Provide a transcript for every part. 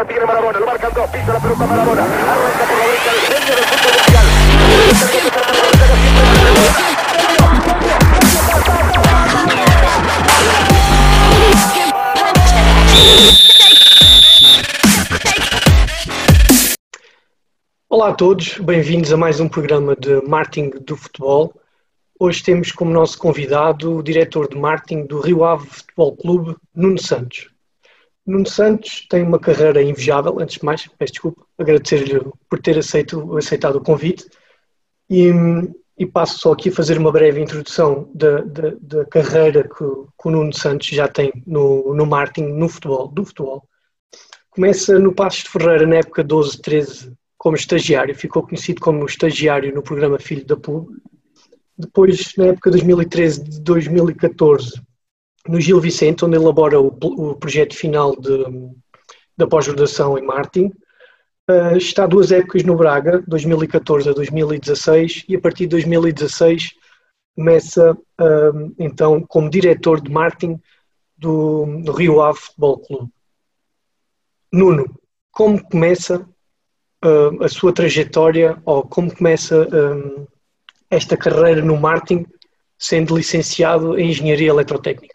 la tiene Marabona, lo marcan dos, pisa la pelota Marabona, arranca por la derecha el genio del fútbol mundial. Olá a todos, bem-vindos a mais um programa de marketing do futebol. Hoje temos como nosso convidado o diretor de marketing do Rio Ave Futebol Clube, Nuno Santos. Nuno Santos tem uma carreira invejável. Antes de mais, peço desculpa, agradecer-lhe por ter aceitado o convite e passo só aqui a fazer uma breve introdução da carreira que o Nuno Santos já tem no marketing do futebol. Começa no Passos de Ferreira na época 12-13 como estagiário, ficou conhecido como estagiário no programa Filho da Pub. Depois, na época 2013-2014, no Gil Vicente, onde elabora o projeto final da pós-graduação em marketing. Está 2 épocas no Braga, 2014 a 2016, e a partir de 2016 começa então como diretor de marketing do Rio Ave Futebol Clube. Nuno, como começa a sua trajetória, ou como começa esta carreira no marketing, sendo licenciado em Engenharia Eletrotécnica?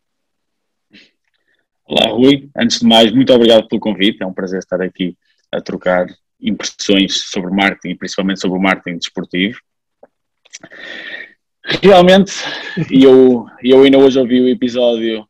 Olá, Rui. Antes de mais, muito obrigado pelo convite. É um prazer estar aqui a trocar impressões sobre marketing e principalmente sobre o marketing desportivo. Realmente, eu ainda hoje ouvi o episódio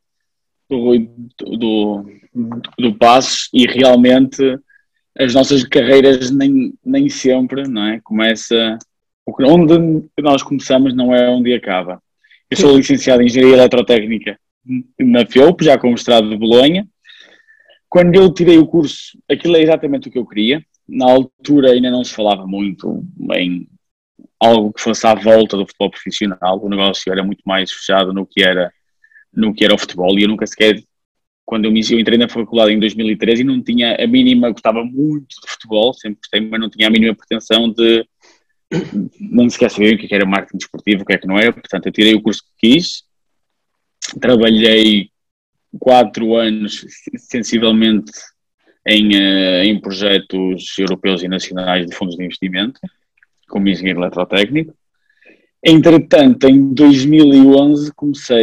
do Passos e realmente as nossas carreiras nem sempre, não é? Onde nós começamos não é onde acaba. Eu sou licenciado em Engenharia Eletrotécnica na FEUP, já com o mestrado de Bolonha. Quando eu tirei o curso, aquilo é exatamente o que eu queria. Na altura ainda não se falava muito em algo que fosse à volta do futebol profissional. O negócio era muito mais fechado no que era o futebol, e eu nunca sequer, quando eu entrei na faculdade em 2013 e não tinha a mínima, gostava muito de futebol, sempre gostei, mas não tinha a mínima pretensão de nem sequer saber o que era marketing desportivo, o que é que não era. Portanto, eu tirei o curso que quis, trabalhei 4 anos sensivelmente em projetos europeus e nacionais de fundos de investimento, como engenheiro eletrotécnico. Entretanto, em 2011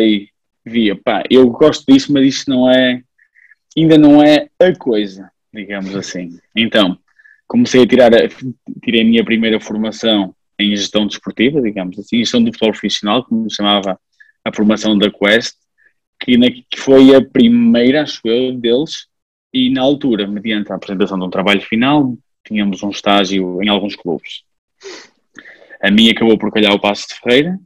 eu gosto disso, mas isto ainda não é a coisa, digamos assim. Então, tirei a minha primeira formação em gestão desportiva, digamos assim, gestão do futebol profissional, como se chamava a formação da Quest, que foi a primeira, acho eu, deles, e na altura, mediante a apresentação de um trabalho final, tínhamos um estágio em alguns clubes. A minha acabou por calhar o Passos de Ferreira,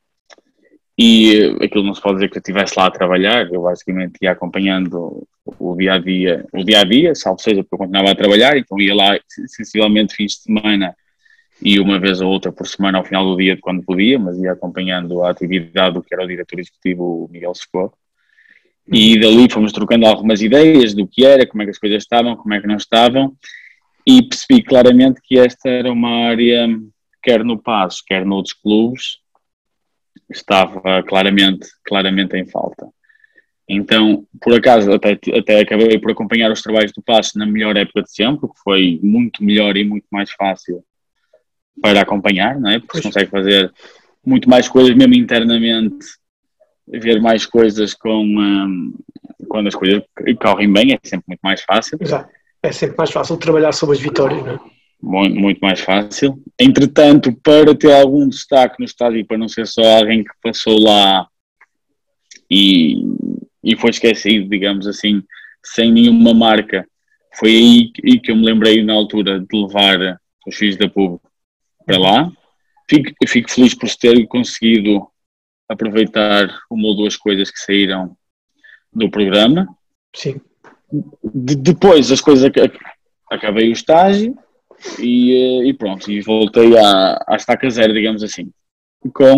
e aquilo não se pode dizer que eu estivesse lá a trabalhar. Eu basicamente ia acompanhando o dia-a-dia, salvo seja, porque eu continuava a trabalhar, então ia lá sensivelmente fins de semana e uma vez ou outra por semana ao final do dia, quando podia, mas ia acompanhando a atividade do que era o diretor executivo, o Miguel Socorro. E dali fomos trocando algumas ideias do que era, como é que as coisas estavam, como é que não estavam, e percebi claramente que esta era uma área, quer no Passos, quer noutros clubes, estava claramente em falta. Então, por acaso, até acabei por acompanhar os trabalhos do Passos na melhor época de sempre, que foi muito melhor e muito mais fácil para acompanhar, não é? Porque se consegue fazer muito mais coisas, mesmo internamente, ver mais coisas quando as coisas correm bem, é sempre muito mais fácil. Exato. É sempre mais fácil trabalhar sobre as vitórias, não é? Muito mais fácil. Entretanto, para ter algum destaque no estádio e para não ser só alguém que passou lá e foi esquecido, digamos assim, sem nenhuma marca, foi aí que eu me lembrei na altura de levar os filhos da PUB para lá. Fico feliz por ter conseguido aproveitar uma ou duas coisas que saíram do programa. Sim. Depois as coisas, acabei o estágio e pronto, e voltei à estaca zero, digamos assim, com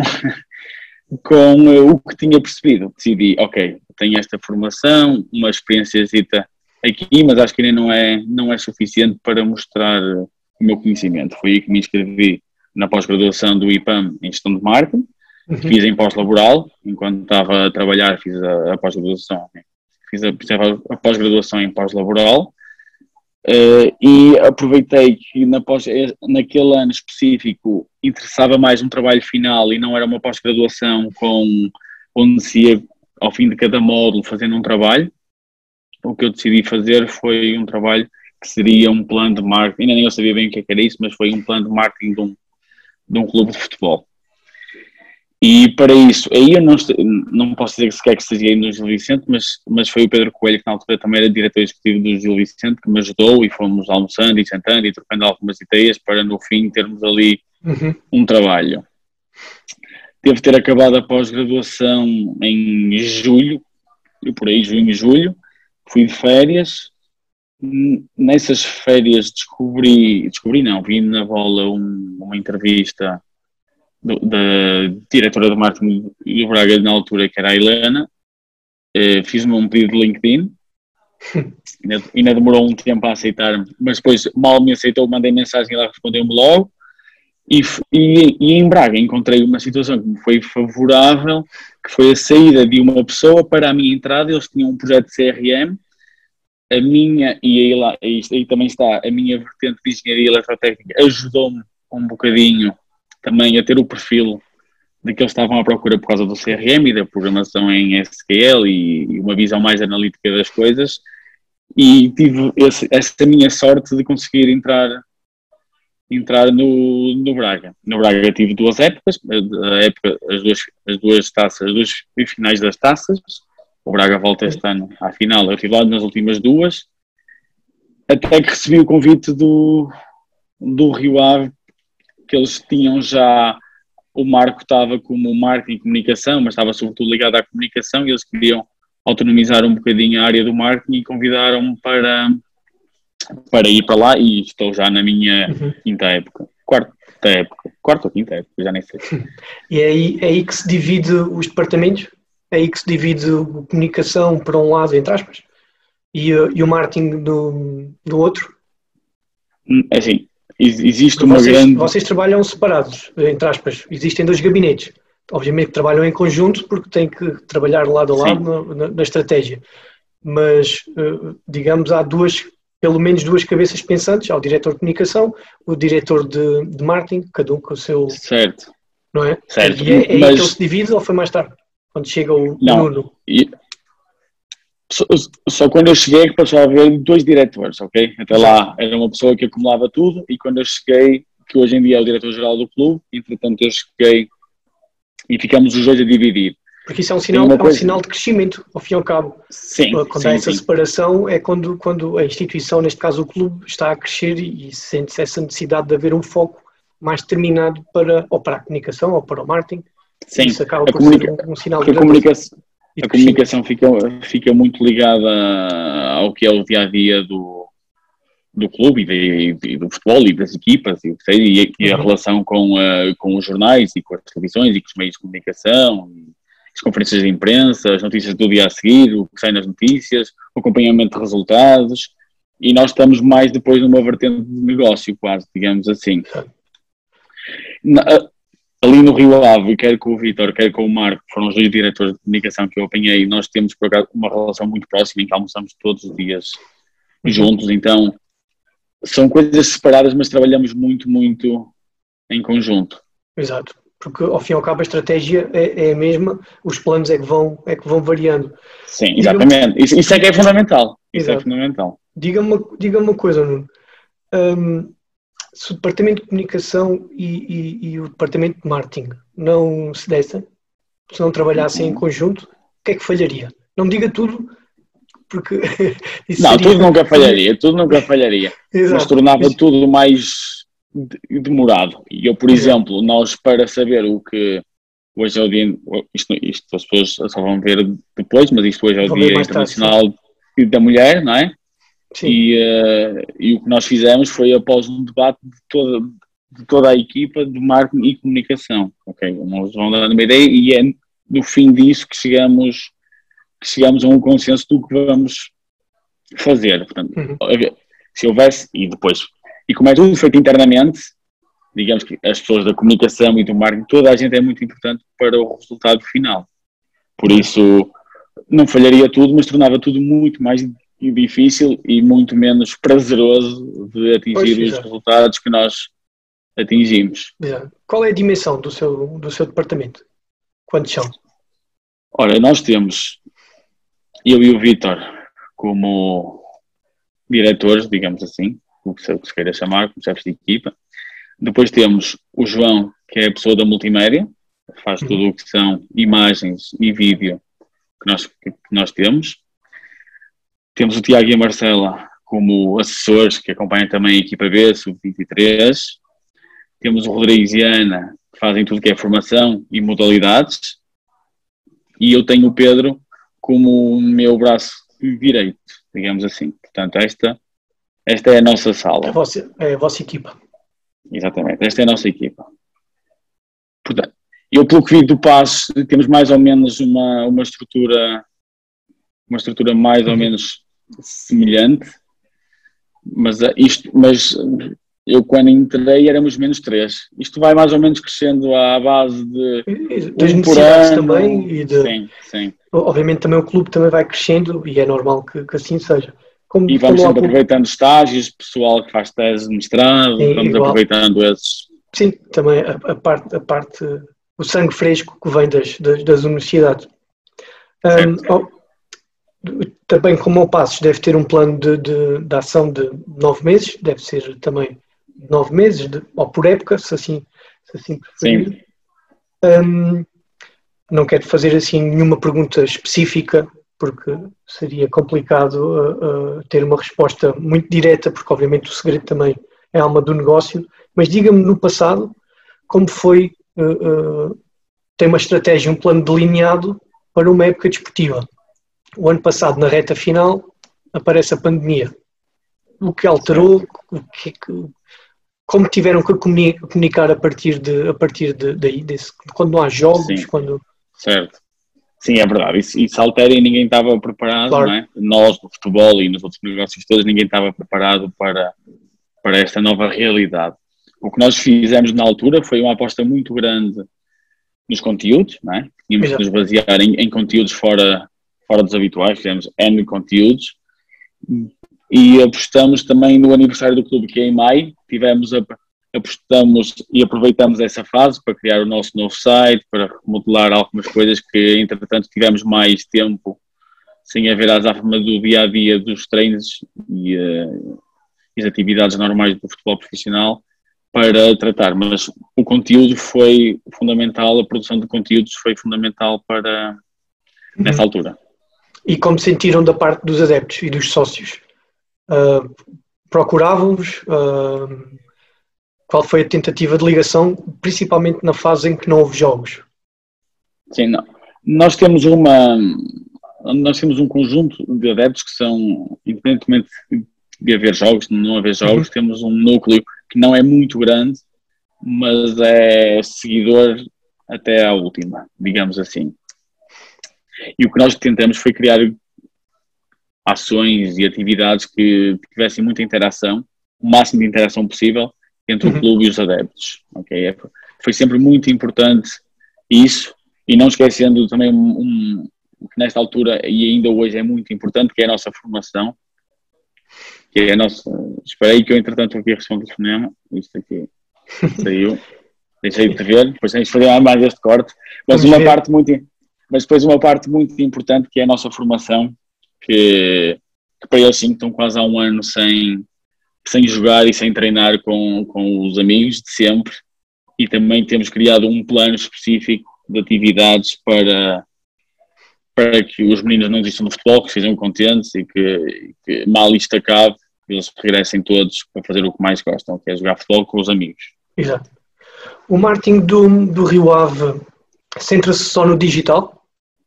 o que tinha percebido. Decidi, ok, tenho esta formação, uma experiênciazita aqui, mas acho que ainda não é suficiente para mostrar o meu conhecimento. Foi aí que me inscrevi na pós-graduação do IPAM em gestão de marketing. Fiz em pós-laboral, enquanto estava a trabalhar fiz a pós-graduação, fiz a pós-graduação em pós-laboral, E aproveitei que naquele ano específico interessava mais um trabalho final e não era uma pós-graduação onde se ia ao fim de cada módulo fazendo um trabalho. O que eu decidi fazer foi um trabalho que seria um plano de marketing, ainda nem eu sabia bem o que era isso, mas foi um plano de marketing de um clube de futebol. E para isso, aí eu não posso dizer que sequer que estagiei no Gil Vicente, mas foi o Pedro Coelho, que na altura também era diretor executivo do Gil Vicente, que me ajudou e fomos almoçando e sentando e trocando algumas ideias para no fim termos ali um trabalho. Devo ter acabado a pós-graduação em julho, por aí, junho e julho, fui de férias. Nessas férias vi na bola uma entrevista da diretora de marketing do Braga na altura, que era a Helena. Fiz-me um pedido de LinkedIn, ainda demorou um tempo a aceitar-me, mas depois mal me aceitou, mandei mensagem e ela respondeu-me logo. E em Braga encontrei uma situação que me foi favorável, que foi a saída de uma pessoa para a minha entrada. Eles tinham um projeto de CRM, a minha, aí também está, a minha vertente de engenharia eletrotécnica ajudou-me um bocadinho também a ter o perfil de que eles estavam à procura por causa do CRM e da programação em SQL e uma visão mais analítica das coisas, e tive essa minha sorte de conseguir entrar no Braga. No Braga tive duas épocas, as duas finais das taças. O Braga volta este ano à final, eu estive lá nas últimas duas, até que recebi o convite do Rio Ave, que eles tinham já, o Marco estava como marketing e comunicação, mas estava sobretudo ligado à comunicação, e eles queriam autonomizar um bocadinho a área do marketing e convidaram-me para ir para lá, e estou já na minha quarta ou quinta época, já nem sei. E é aí que se divide os departamentos? É aí que se divide a comunicação para um lado, entre aspas, e o marketing do outro? Assim, existe Vocês trabalham separados, entre aspas, existem dois gabinetes. Obviamente que trabalham em conjunto porque têm que trabalhar lado a lado na estratégia, mas digamos há pelo menos duas cabeças pensantes. Há o diretor de comunicação, o diretor de marketing, cada um com o seu... Certo. Não é? Certo. E é aí que ele se divide, ou foi mais tarde? Quando chega o Nuno? Só quando eu cheguei que passou a haver dois diretores, ok? Até lá era uma pessoa que acumulava tudo, e quando eu cheguei, que hoje em dia é o diretor-geral do clube, entretanto eu cheguei e ficamos os dois a dividir. Porque isso é um sinal de crescimento, ao fim e ao cabo. Sim. Quando há essa separação é quando a instituição, neste caso o clube, está a crescer e sente-se essa necessidade de haver um foco mais determinado ou para a comunicação ou para o marketing. Sim, isso acaba por ser um sinal de a comunicação fica muito ligada ao que é o dia-a-dia do clube e do futebol e das equipas e a relação com os jornais e com as televisões e com os meios de comunicação, as conferências de imprensa, as notícias do dia a seguir, o que sai nas notícias, o acompanhamento de resultados, e nós estamos mais depois numa vertente de negócio quase, digamos assim. Ali no Rio Ave, quer com o Vítor, quer com o Marco, foram os dois diretores de comunicação que eu apanhei, nós temos por acaso uma relação muito próxima em que almoçamos todos os dias juntos, então são coisas separadas, mas trabalhamos muito, muito em conjunto. Exato, porque ao fim e ao cabo a estratégia é a mesma, os planos é que vão variando. Sim, exatamente, isso é que é fundamental. Isso é fundamental. Diga-me uma coisa, Nuno. Se o departamento de comunicação e o departamento de marketing não se dessem, se não trabalhassem em conjunto, o que é que falharia? Não me diga tudo, porque... tudo nunca falharia. Mas tornava tudo mais demorado. E eu, por exemplo, nós para saber o que hoje é o dia... Isto as pessoas só vão ver depois, mas isto hoje é o Dia Internacional da Mulher, não é? E o que nós fizemos foi, após um debate de toda a equipa de marketing e comunicação, ok? Nós vamos dando uma ideia e é no fim disso que chegamos a um consenso do que vamos fazer. Portanto, se houvesse, e como é tudo feito internamente, digamos que as pessoas da comunicação e do marketing, toda a gente é muito importante para o resultado final. Por isso, não falharia tudo, mas tornava tudo muito mais difícil e muito menos prazeroso de atingir os resultados que nós atingimos. Exato. Qual é a dimensão do seu departamento? Quantos são? Ora, nós temos eu e o Vítor como diretores, digamos assim, o que se queira chamar, como chefes de equipa. Depois temos o João, que é a pessoa da multimédia, que faz tudo o que são imagens e vídeo que nós temos. Temos o Tiago e a Marcela como assessores, que acompanham também a equipa B, sub-23. Temos o Rodrigues e a Ana, que fazem tudo que é formação e modalidades. E eu tenho o Pedro como o meu braço direito, digamos assim. Portanto, esta é a nossa sala. É a vossa equipa. Exatamente, esta é a nossa equipa. Portanto, eu, pelo que vi do PAS, temos mais ou menos uma estrutura mais ou menos semelhante, mas eu quando entrei éramos menos 3. Isto vai mais ou menos crescendo à base de das necessidades também e sim. Obviamente também o clube também vai crescendo e é normal que assim seja. E vamos sempre aproveitando estágios, pessoal que faz tese de mestrado, vamos aproveitando esses. Sim, também a parte, o sangue fresco que vem das universidades. Também como o Passos deve ter um plano de ação de 9 meses, deve ser também 9 meses, ou por época, se assim preferir. Não quero fazer assim nenhuma pergunta específica, porque seria complicado ter uma resposta muito direta, porque obviamente o segredo também é a alma do negócio, mas diga-me no passado como foi, tem uma estratégia, um plano delineado para uma época desportiva. O ano passado, na reta final, aparece a pandemia. O que alterou, como tiveram que comunicar a partir daí, quando não há jogos, Sim. Certo. Sim, é verdade. Isso altera e ninguém estava preparado, claro. Não é? Nós, no futebol e nos outros negócios todos, ninguém estava preparado para esta nova realidade. O que nós fizemos na altura foi uma aposta muito grande nos conteúdos, não é? Tínhamos que nos basear em conteúdos fora dos habituais, fizemos N conteúdos e apostamos também no aniversário do clube, que é em maio. Apostamos e aproveitamos essa fase para criar o nosso novo site, para remodelar algumas coisas que, entretanto, tivemos mais tempo sem haver a azáfama do dia-a-dia dos treinos e as atividades normais do futebol profissional para tratar, mas o conteúdo foi fundamental, a produção de conteúdos foi fundamental para nessa altura. E como sentiram da parte dos adeptos e dos sócios? Procuravam-vos? Qual foi a tentativa de ligação, principalmente na fase em que não houve jogos? Sim, não. Nós temos um conjunto de adeptos que são, independentemente de haver jogos, não haver jogos, temos um núcleo que não é muito grande, mas é seguidor até à última, digamos assim. E o que nós tentamos foi criar ações e atividades que tivessem muita interação, o máximo de interação possível, entre o clube e os adeptos. Okay? Foi sempre muito importante isso, e não esquecendo também o que nesta altura e ainda hoje é muito importante, que é a nossa formação, que é a nossa... Esperei que eu entretanto aqui respondo o telefonema, isto aqui saiu, deixei de ver, depois tens de fazer mais este corte, mas depois uma parte muito importante, que é a nossa formação, que para eles sim estão quase há um ano sem jogar e sem treinar com os amigos de sempre, e também temos criado um plano específico de atividades para que os meninos não desistam do futebol, que sejam contentes e que mal isto acabe, eles regressem todos para fazer o que mais gostam, que é jogar futebol com os amigos. Exato. O marketing do Rio Ave centra-se só no digital?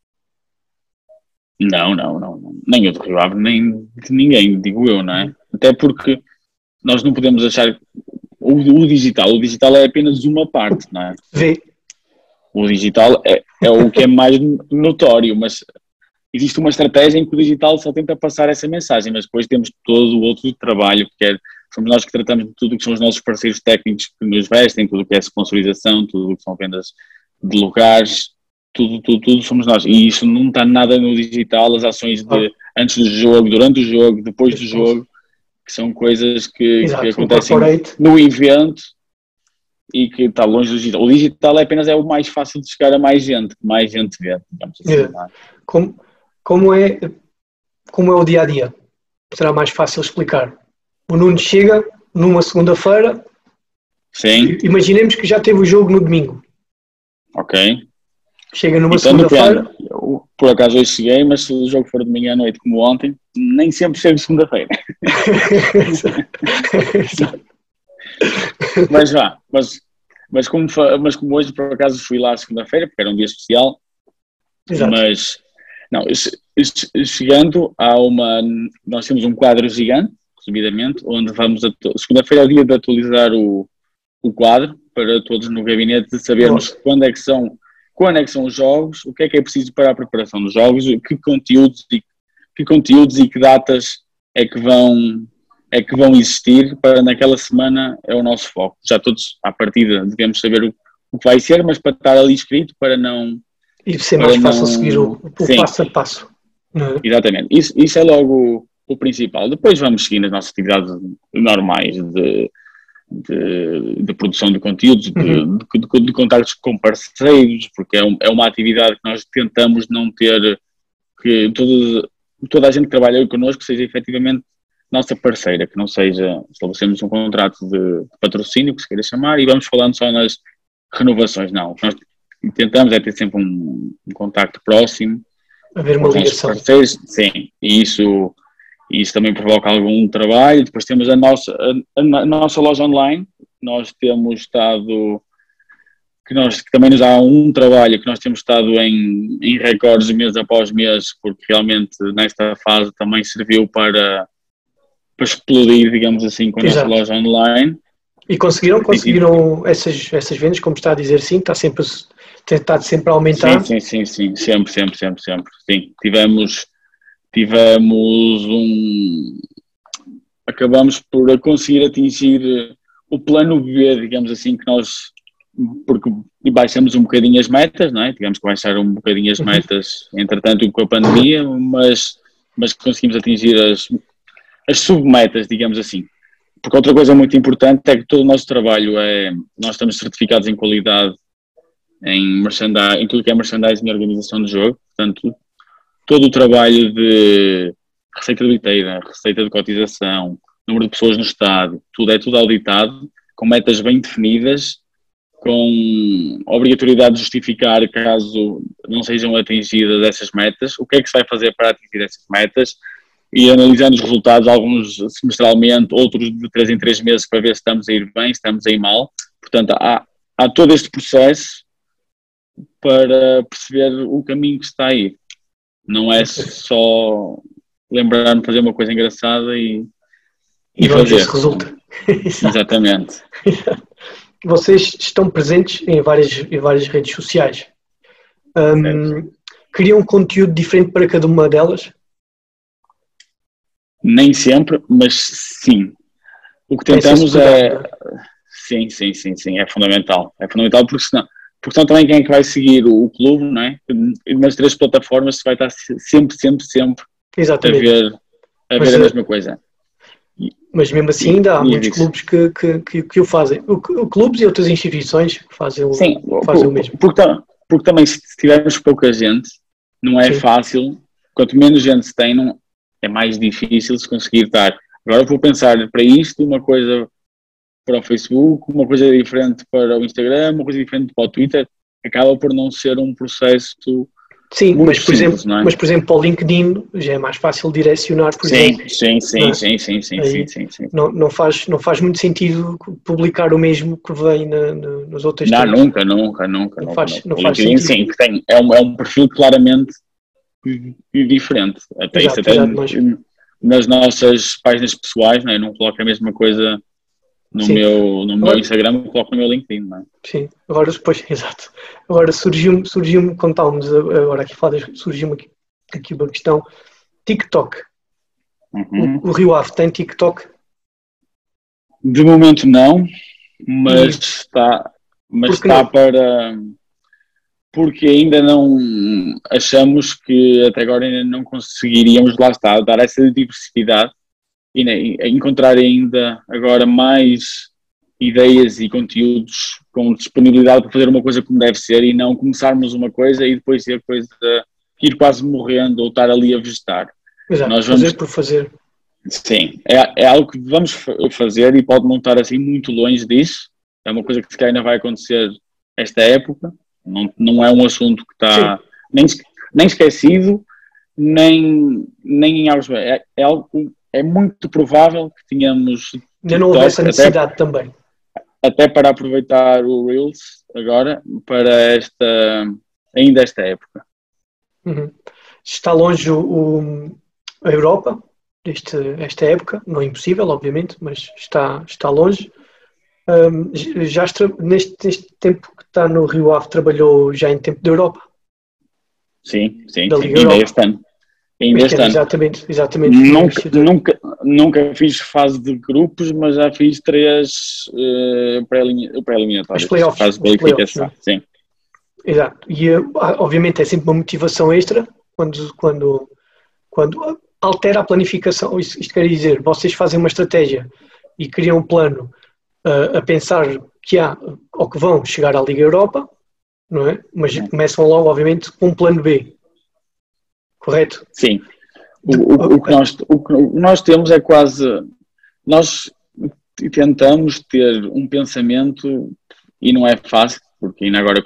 Não. Nem o do Rio Ave, nem de ninguém, digo eu, não é? Até porque nós não podemos achar o digital é apenas uma parte, não é? O digital é o que é mais notório, mas existe uma estratégia em que o digital só tenta passar essa mensagem, mas depois temos todo o outro trabalho, somos nós que tratamos de tudo o que são os nossos parceiros técnicos que nos vestem, tudo o que é sponsorização, tudo o que são vendas de lugares, tudo somos nós. E isso não está nada no digital, as ações de antes do jogo, durante o jogo, depois do jogo, que são coisas que acontecem no evento e que está longe do digital. O digital é o mais fácil de chegar a mais gente vê, digamos assim. Como é o dia-a-dia? Será mais fácil explicar. O Nuno chega numa segunda-feira. Sim. Imaginemos que já teve o jogo no domingo. Ok. Chega numa segunda-feira. Eu, por acaso hoje cheguei, mas se o jogo for domingo à noite como ontem, nem sempre chego segunda-feira. mas como hoje por acaso fui lá segunda-feira, porque era um dia especial. Exato. Mas não, chegando nós temos um quadro gigante, resumidamente, onde vamos segunda-feira é o dia de atualizar o quadro para todos no gabinete, de sabermos quando é que são os jogos, o que é preciso para a preparação dos jogos, que conteúdos e que datas é que vão existir para naquela semana. É o nosso foco. Já todos à partida devemos saber o que vai ser, mas para estar ali escrito, para não... E ser mais fácil seguir o passo a passo. Exatamente. Isso é logo o principal. Depois vamos seguir nas nossas atividades normais de produção de conteúdos, de contactos com parceiros, porque é uma atividade que nós tentamos não ter, que toda a gente que trabalha connosco seja efetivamente nossa parceira, que não seja, estabelecemos um contrato de patrocínio, que se queira chamar, e vamos falando só nas renovações. Não, nós tentamos ter sempre um contacto próximo, haver uma ligação. Parceiros, sim, e isso também provoca algum trabalho. Depois temos a nossa loja online. Nós temos estado, que também nos dá um trabalho que nós temos estado em recordes mês após mês, porque realmente nesta fase também serviu para explodir, digamos assim, com a nossa loja online. E conseguiram essas vendas, como está a dizer, sim, está sempre a aumentar? Sim, sempre. Sim, acabamos por conseguir atingir o plano B, digamos assim, que nós, porque baixamos um bocadinho as metas, não é? Tivemos que baixar um bocadinho as metas, entretanto, com a pandemia, mas conseguimos atingir as submetas, digamos assim. Porque outra coisa muito importante é que todo o nosso trabalho nós estamos certificados em qualidade em tudo que é merchandising e organização de jogo, portanto, todo o trabalho de receita de bilheteira, receita de cotização, número de pessoas no estádio, é tudo auditado, com metas bem definidas, com obrigatoriedade de justificar caso não sejam atingidas essas metas, o que é que se vai fazer para atingir essas metas, e analisando os resultados, alguns semestralmente, outros de 3 em 3 meses, para ver se estamos a ir bem, se estamos a ir mal. Portanto, há todo este processo para perceber o caminho que está aí. Não é só lembrar-me de fazer uma coisa engraçada e vamos ver se resulta. Exatamente. Vocês estão presentes em várias redes sociais. Criam um conteúdo diferente para cada uma delas? Nem sempre, mas sim. O que tentamos é... Sim, é fundamental. É fundamental porque senão também quem é que vai seguir o clube, não é? Nas 3 plataformas vai estar sempre exatamente. a ver a mesma coisa. Mas mesmo assim ainda há muitos clubes que o fazem. Clubes e outras instituições que fazem o mesmo. Porque também se tivermos pouca gente, não é fácil. Quanto menos gente se tem, é mais difícil se conseguir estar. Agora vou pensar para isto, uma coisa para o Facebook, uma coisa diferente para o Instagram, uma coisa diferente para o Twitter. Acaba por não ser um processo... Sim, mas por exemplo, para o LinkedIn já é mais fácil direcionar, por exemplo. Sim. Não faz muito sentido publicar o mesmo que vem nas outras temas. Nunca. Não faz LinkedIn, sim, que é um perfil claramente diferente. Até nas nossas páginas pessoais, não é? Eu não coloco a mesma coisa no meu Instagram, eu coloco no meu LinkedIn, não é? Sim, agora depois, exato. Agora surgiu-me quando estávamos agora aqui a falar, surgiu-me aqui uma questão. TikTok. O Rio Ave tem TikTok? De momento não, mas está para porque ainda não achamos que até agora ainda não conseguiríamos, lá está, dar essa diversidade e encontrar ainda agora mais ideias e conteúdos com disponibilidade para fazer uma coisa como deve ser e não começarmos uma coisa e depois ser coisa ir quase morrendo ou estar ali a vegetar. Exato, Nós fazer por fazer. Sim, é algo que vamos fazer e pode não estar assim muito longe disso. É uma coisa que se calhar ainda vai acontecer esta época. Não é um assunto que está nem esquecido, nem em algo. É algo é muito provável que tenhamos. Ainda não houve essa necessidade também. Até para aproveitar o Reels agora para ainda esta época. Uhum. Está longe a Europa, esta época, não é impossível, obviamente, mas está longe. Neste tempo que está no Rio Ave, trabalhou já em tempo da Europa? Sim, ainda este ano. Exatamente. Nunca fiz fase de grupos, mas já fiz 3 pré-eliminatórios. Os playoffs. Fase de qualificação, sim. Exato. E obviamente é sempre uma motivação extra quando altera a planificação. Isto quer dizer, vocês fazem uma estratégia e criam um plano a pensar que ou que vão chegar à Liga Europa, não é? Mas começam logo, obviamente, com um plano B. Correto? Sim. O que nós temos é quase... Nós tentamos ter um pensamento, e não é fácil, porque ainda agora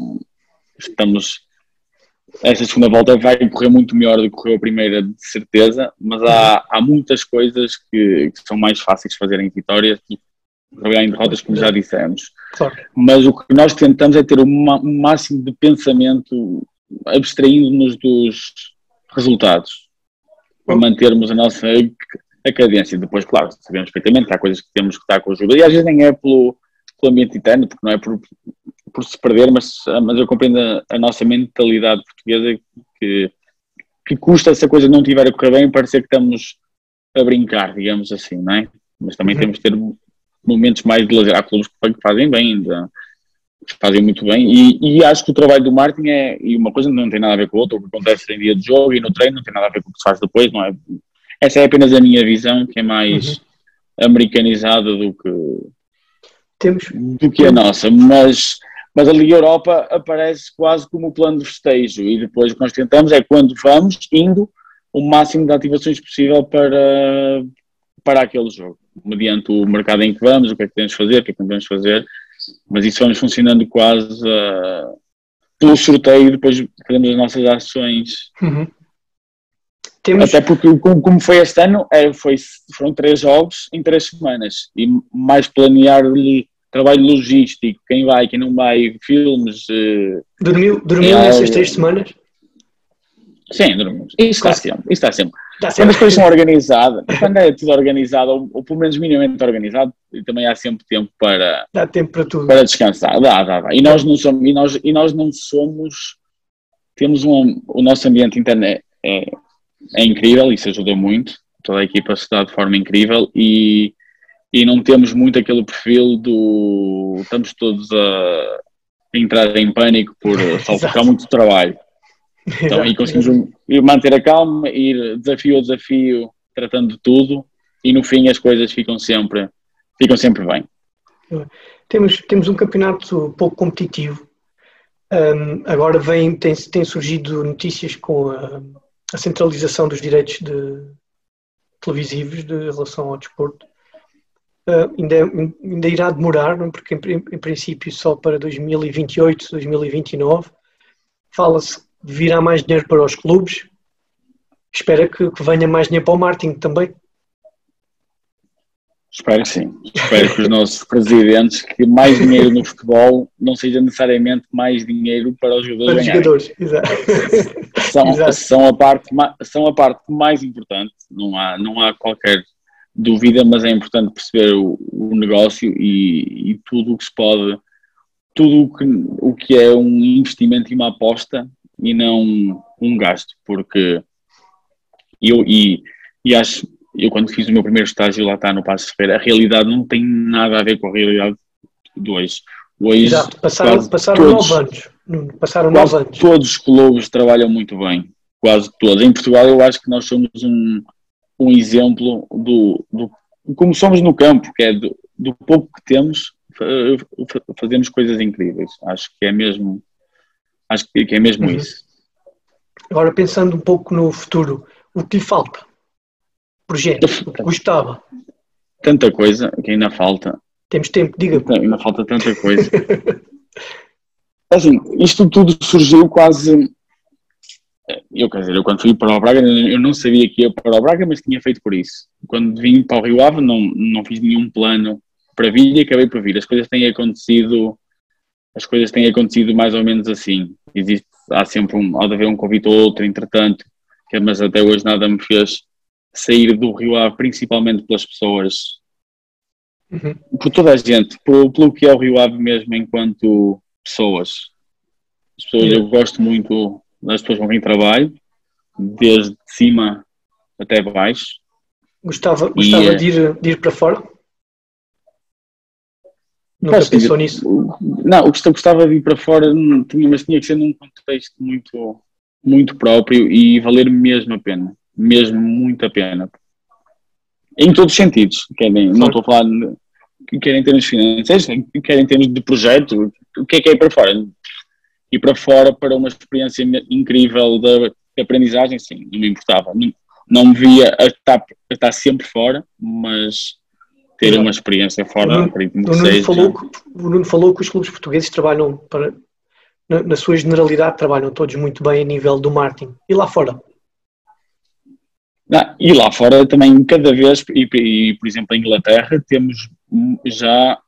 esta segunda volta vai correr muito melhor do que correu a primeira, de certeza, mas há muitas coisas que são mais fáceis de fazer em vitórias e trabalhar em derrotas, como já dissemos. Claro. Mas o que nós tentamos é ter um máximo de pensamento abstraindo-nos dos resultados para mantermos a nossa cadência. Depois, claro, sabemos perfeitamente que há coisas que temos que estar com o jogo e às vezes nem é pelo ambiente interno, porque não é por se perder, mas eu compreendo a nossa mentalidade portuguesa que custa, se a coisa não estiver a correr bem, parecer que estamos a brincar, digamos assim, não é? Mas também temos de ter momentos mais de lazer. Há clubes que fazem bem, fazem muito bem, e acho que o trabalho do marketing e uma coisa não tem nada a ver com a outra, o que acontece em dia de jogo e no treino não tem nada a ver com o que se faz depois, não é? Essa é apenas a minha visão, que é mais americanizada do que a nossa, mas a Liga Europa aparece quase como o plano de festejo e depois o que nós tentamos é, quando vamos, indo o máximo de ativações possível para aquele jogo, mediante o mercado em que vamos, o que é que temos de fazer, o que é que não podemos fazer, mas isso vamos funcionando quase pelo sorteio, depois fazemos as nossas ações. Até porque, como foi este ano, foram 3 jogos em 3 semanas e mais planear trabalho logístico, quem vai, quem não vai, filmes. Dormiu nessas 3 semanas? Sim, dormimos. Isso está sempre. Quando as coisas são organizadas, quando é tudo organizado, ou pelo menos minimamente organizado, também há sempre tempo para... Dá tempo para tudo. Para descansar, dá. E nós não somos... Temos o nosso ambiente interno é incrível, isso ajuda muito, toda a equipa se dá de forma incrível e não temos muito aquele perfil estamos todos a entrar em pânico por salpicar muito trabalho. Então aí conseguimos manter a calma, ir desafio a desafio, tratando de tudo e no fim as coisas ficam sempre bem. Temos um campeonato pouco competitivo. Agora tem surgido notícias com a centralização dos direitos televisivos de relação ao desporto. Ainda irá demorar, não? Porque em princípio só para 2028, 2029 fala-se que virá mais dinheiro para os clubes. Espera que venha mais dinheiro para o marketing também. Espero que sim. Espero que os nossos presidentes, que mais dinheiro no futebol não seja necessariamente mais dinheiro para os jogadores ganharem. Exato. São a parte mais importante, não há qualquer dúvida, mas é importante perceber o negócio e tudo o que se pode, tudo o que é um investimento e uma aposta e não um gasto, porque eu quando fiz o meu primeiro estágio lá está no Passos Ferreira, a realidade não tem nada a ver com a realidade de hoje. Exato, passaram 9 anos. Nuno, passaram Quase 9 anos. todos os clubes trabalham muito bem, quase todos. Em Portugal eu acho que nós somos um exemplo do como somos no campo, que é do pouco que temos, fazemos coisas incríveis. Acho que é mesmo isso. Agora, pensando um pouco no futuro, o que lhe falta? Projeto, o que gostava? Tanta coisa que ainda falta. Temos tempo, diga-me. Ainda falta tanta coisa. Assim, isto tudo surgiu quase... Eu quando fui para o Braga, eu não sabia que ia para o Braga, mas tinha feito por isso. Quando vim para o Rio Ave, não fiz nenhum plano para vir e acabei por vir. As coisas têm acontecido mais ou menos assim. Há de haver um convite ou outro, entretanto, mas até hoje nada me fez sair do Rio Ave, principalmente pelas pessoas, por toda a gente, pelo que é o Rio Ave mesmo enquanto pessoas. As pessoas, eu gosto muito das pessoas com quem trabalho, desde cima até baixo. Gostava de ir para fora? Nunca pensou nisso? Não, eu gostava de ir para fora, mas tinha que ser num contexto muito, muito próprio e valer mesmo a pena. Mesmo muito a pena. Em todos os sentidos. Não estou a falar quer em termos financeiros, quer em termos de projeto. O que é ir para fora? Ir para fora para uma experiência incrível de aprendizagem, sim, não me importava. Não me via a estar sempre fora, mas ter uma experiência fora, acredito que seja. O Nuno falou que os clubes portugueses trabalham, na sua generalidade, trabalham todos muito bem a nível do marketing. E lá fora? E lá fora também, cada vez, e por exemplo, em Inglaterra, temos já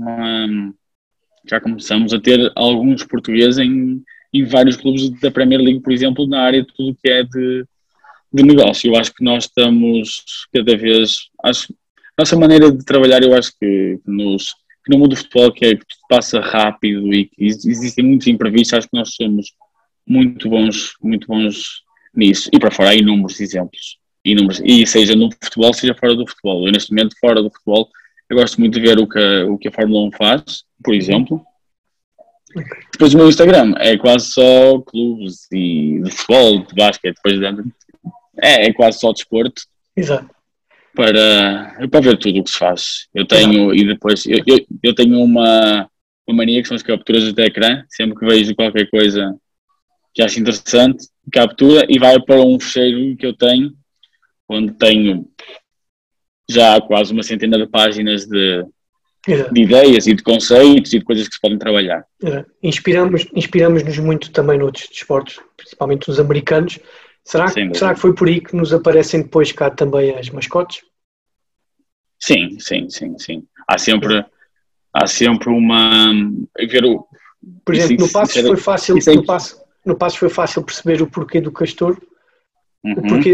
começamos a ter alguns portugueses em vários clubes da Premier League, por exemplo, na área de tudo que é de negócio. Eu acho que nós estamos cada vez... Nossa maneira de trabalhar, eu acho que no mundo do futebol, que tudo passa rápido e que existem muitos imprevistos, acho que nós somos muito bons nisso. E para fora há inúmeros exemplos. E seja no futebol, seja fora do futebol. Eu, neste momento, fora do futebol, eu gosto muito de ver o que a Fórmula 1 faz, por exemplo. Depois o meu Instagram é quase só clubes de futebol, de basquete, depois é quase só desporto. Exato. Para ver tudo o que se faz. Eu tenho, e depois, eu tenho uma mania que são as capturas de ecrã. Sempre que vejo qualquer coisa que acho interessante, captura e vai para um fecheiro que eu tenho, onde tenho já quase uma centena de páginas de ideias e de conceitos e de coisas que se podem trabalhar. Inspiramos-nos muito também noutros desportos, principalmente os americanos. Será que foi por aí que nos aparecem depois cá também as mascotes? Sim. Há sempre uma... Por exemplo, no Passos foi fácil... No Passos foi fácil perceber o porquê do Castor, o porquê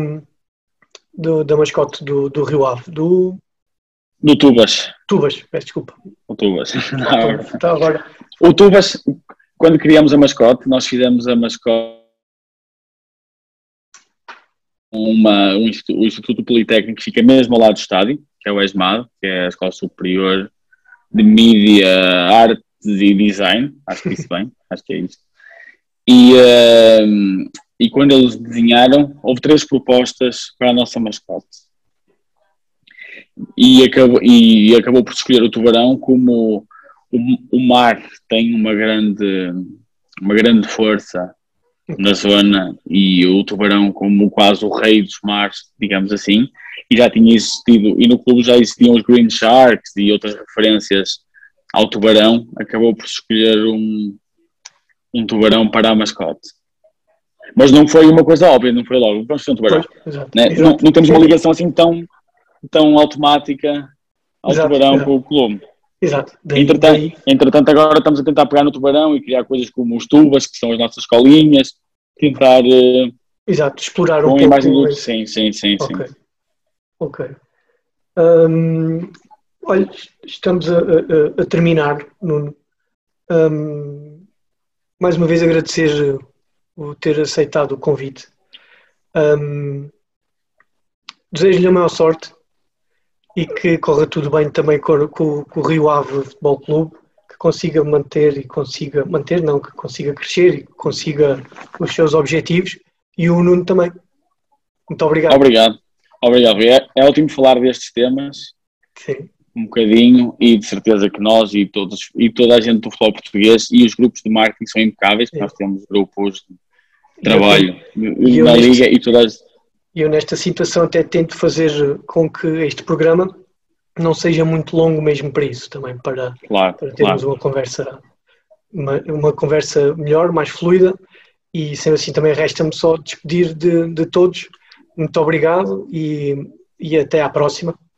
da mascote do Rio Ave, do Tubas. Tubas, peço desculpa. O Tubas. Agora... O Tubas, quando criámos a mascote, nós fizemos a mascote o Instituto Politécnico, que fica mesmo ao lado do estádio, que é o ESMAD, que é a Escola Superior de Mídia, Artes e Design, acho que disse bem, acho que é isto. E quando eles desenharam, houve 3 propostas para a nossa mascote. E acabou por escolher o tubarão, como o mar tem uma grande força na zona, e o tubarão como quase o rei dos mares, digamos assim, e já tinha existido, e no clube já existiam os Green Sharks e outras referências ao tubarão, acabou por escolher um tubarão para a mascote. Mas não foi uma coisa óbvia, não foi logo, vamos ter um tubarão. Né? Não temos uma ligação assim tão automática ao tubarão com o clube. Exato. Entretanto, agora estamos a tentar pegar no tubarão e criar coisas como os tubas, que são as nossas escolinhas, tentar... Exato, explorar um pouco. Sim. Ok. Olha, estamos a terminar, Nuno. Mais uma vez agradecer o ter aceitado o convite. Desejo-lhe a maior sorte e que corra tudo bem também com o Rio Ave Futebol Clube, que consiga manter e consiga manter, não, que consiga crescer e que consiga os seus objetivos, e o Nuno também. Muito obrigado. Obrigado. É ótimo falar destes temas. Sim. Um bocadinho, e de certeza que nós e toda a gente do futebol português e os grupos de marketing são impecáveis, porque nós temos grupos de trabalho na Liga e todas. Eu nesta situação até tento fazer com que este programa não seja muito longo mesmo para isso também, para termos uma conversa melhor, mais fluida, e sendo assim também resta-me só despedir de todos. Muito obrigado e até à próxima.